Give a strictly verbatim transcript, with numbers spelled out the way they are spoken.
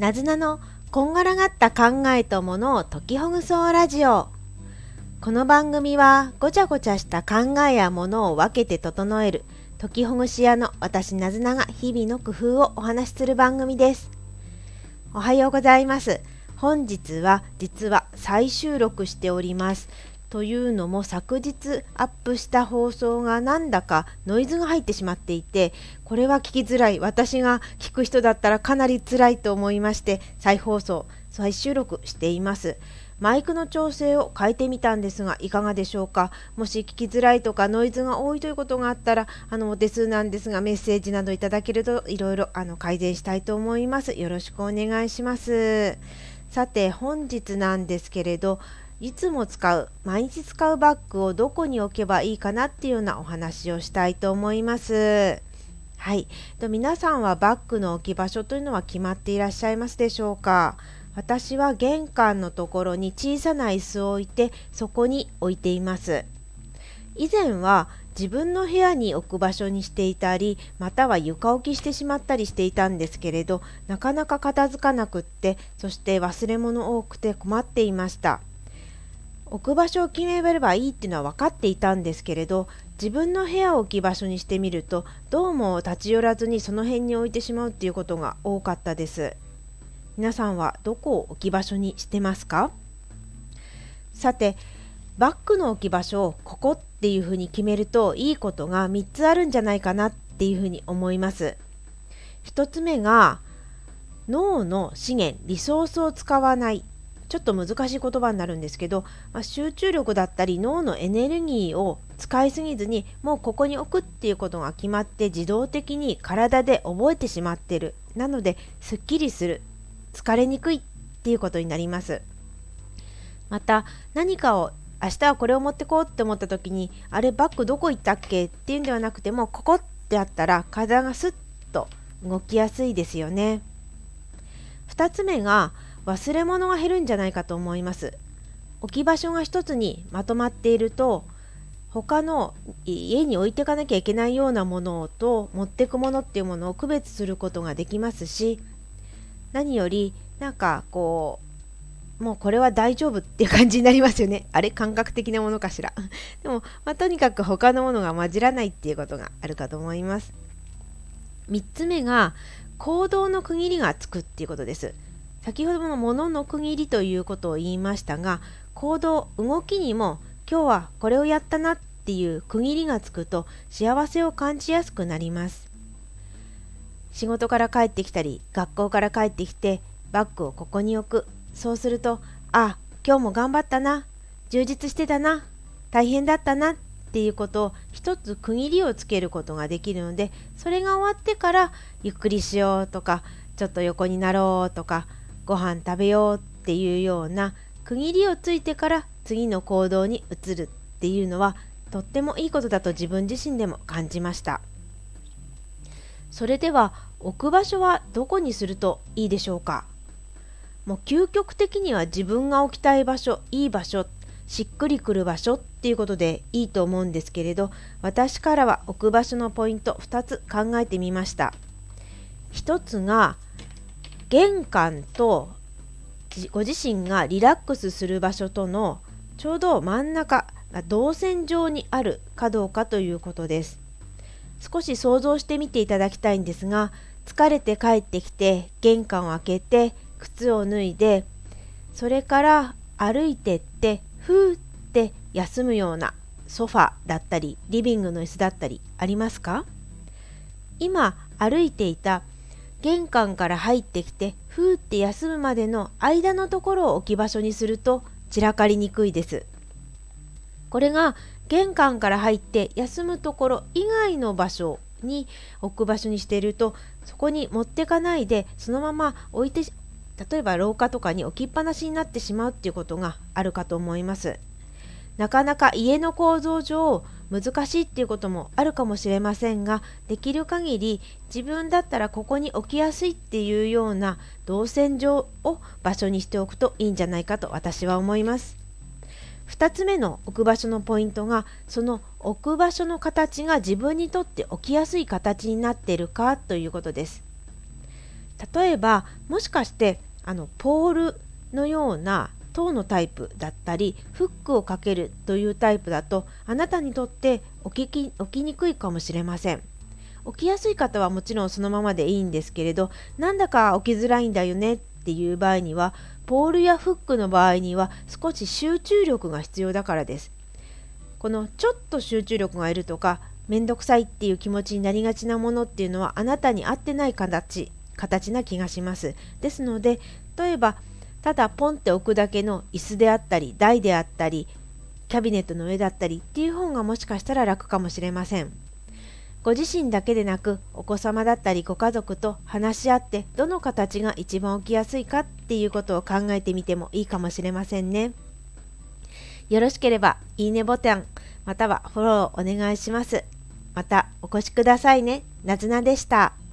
なずなのこんがらがった考えとものを解きほぐそうラジオ。この番組はごちゃごちゃした考えやものを分けて整える解きほぐし屋の私なずなが日々の工夫をお話しする番組です。おはようございます。本日は実は再収録しております。というのも昨日アップした放送がなんだかノイズが入ってしまっていて、これは聞きづらい、私が聞く人だったらかなり辛いと思いまして再放送再収録しています。マイクの調整を変えてみたんですがいかがでしょうか。もし聞きづらいとかノイズが多いということがあったらあのお手数なんですがメッセージなどいただけるといろいろあの改善したいと思います。よろしくお願いします。さて本日なんですけれど、いつも使う毎日使うバッグをどこに置けばいいかなっていうようなお話をしたいと思います。はい、と皆さんはバッグの置き場所というのは決まっていらっしゃいますでしょうか。私は玄関のところに小さな椅子を置いてそこに置いています。以前は自分の部屋に置く場所にしていたり、または床置きしてしまったりしていたんですけれど、なかなか片付かなくって、そして忘れ物多くて困っていました。置く場所を決めればいいっていうのは分かっていたんですけれど、自分の部屋を置き場所にしてみるとどうも立ち寄らずにその辺に置いてしまうっていうことが多かったです。皆さんはどこを置き場所にしてますか？さてバッグの置き場所をここっていうふうに決めるといいことがみっつあるんじゃないかなっていうふうに思います。ひとつめが脳の資源リソースを使わない。ちょっと難しい言葉になるんですけど、まあ、集中力だったり脳のエネルギーを使いすぎずにもうここに置くっていうことが決まって自動的に体で覚えてしまっている。なのですっきりする、疲れにくいっていうことになります。また何かを明日はこれを持ってこうって思った時にあれバッグどこ行ったっけっていうんではなくてもここってあったら体がスッと動きやすいですよね。ふたつめが忘れ物が減るんじゃないかと思います。置き場所が一つにまとまっていると他の家に置いていかなきゃいけないようなものと持っていくものっていうものを区別することができますし、何よりなんかこうもうこれは大丈夫っていう感じになりますよね。あれ感覚的なものかしらでも、まあ、とにかく他のものが混じらないっていうことがあるかと思います。みっつめが行動の区切りがつくっていうことです。先ほどのものの区切りということを言いましたが、行動動きにも今日はこれをやったなっていう区切りがつくと幸せを感じやすくなります。仕事から帰ってきたり学校から帰ってきてバッグをここに置く。そうするとあ今日も頑張ったな、充実してたな、大変だったなっていうことを一つ区切りをつけることができるので、それが終わってからゆっくりしようとかちょっと横になろうとかご飯食べようっていうような区切りをついてから次の行動に移るっていうのはとってもいいことだと自分自身でも感じました。それでは置く場所はどこにするといいでしょうか。もう究極的には自分が置きたい場所、いい場所、しっくりくる場所っていうことでいいと思うんですけれど、私からは置く場所のポイントふたつ考えてみました。ひとつが玄関とご自身がリラックスする場所とのちょうど真ん中、動線上にあるかどうかということです。少し想像してみていただきたいんですが、疲れて帰ってきて玄関を開けて靴を脱いで、それから歩いてってふーって休むようなソファだったりリビングの椅子だったりありますか？今歩いていた玄関から入ってきてふーって休むまでの間のところを置き場所にすると散らかりにくいです。これが玄関から入って休むところ以外の場所に置く場所にしていると、そこに持ってかないでそのまま置いて、例えば廊下とかに置きっぱなしになってしまうっていうことがあるかと思います。なかなか家の構造上難しいっていうこともあるかもしれませんが、できる限り自分だったらここに置きやすいっていうような動線上を場所にしておくといいんじゃないかと私は思います。ふたつめの置く場所のポイントが、その置く場所の形が自分にとって置きやすい形になっているかということです。 例えばもしかしてあのポールのような塔のタイプだったりフックをかけるというタイプだとあなたにとって起き、起きにくいかもしれません。起きやすい方はもちろんそのままでいいんですけれど、なんだか起きづらいんだよねっていう場合には、ポールやフックの場合には少し集中力が必要だからです。このちょっと集中力がいるとかめんどくさいっていう気持ちになりがちなものっていうのはあなたに合ってない形形な気がします。ですので、例えばただポンって置くだけの椅子であったり台であったりキャビネットの上だったりっていう方がもしかしたら楽かもしれません。ご自身だけでなくお子様だったりご家族と話し合ってどの形が一番起きやすいかっていうことを考えてみてもいいかもしれませんね。よろしければいいねボタンまたはフォローお願いします。またお越しくださいね。なずなでした。